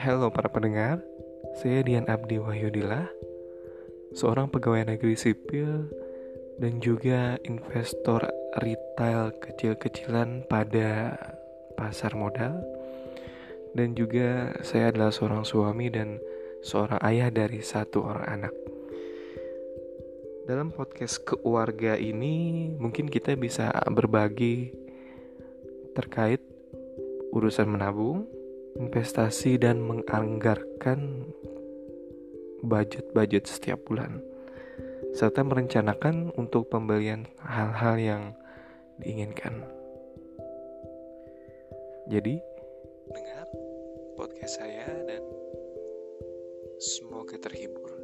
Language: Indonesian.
Halo para pendengar, saya Dian Abdi Wahyudillah, seorang pegawai negeri sipil dan juga investor retail kecil-kecilan pada pasar modal. Dan juga saya adalah seorang suami dan seorang ayah dari satu orang anak. Dalam podcast keluarga ini mungkin kita bisa berbagi terkait urusan menabung, investasi, dan menganggarkan budget setiap bulan, serta merencanakan untuk pembelian hal-hal yang diinginkan. Jadi, dengar podcast saya dan semoga terhibur.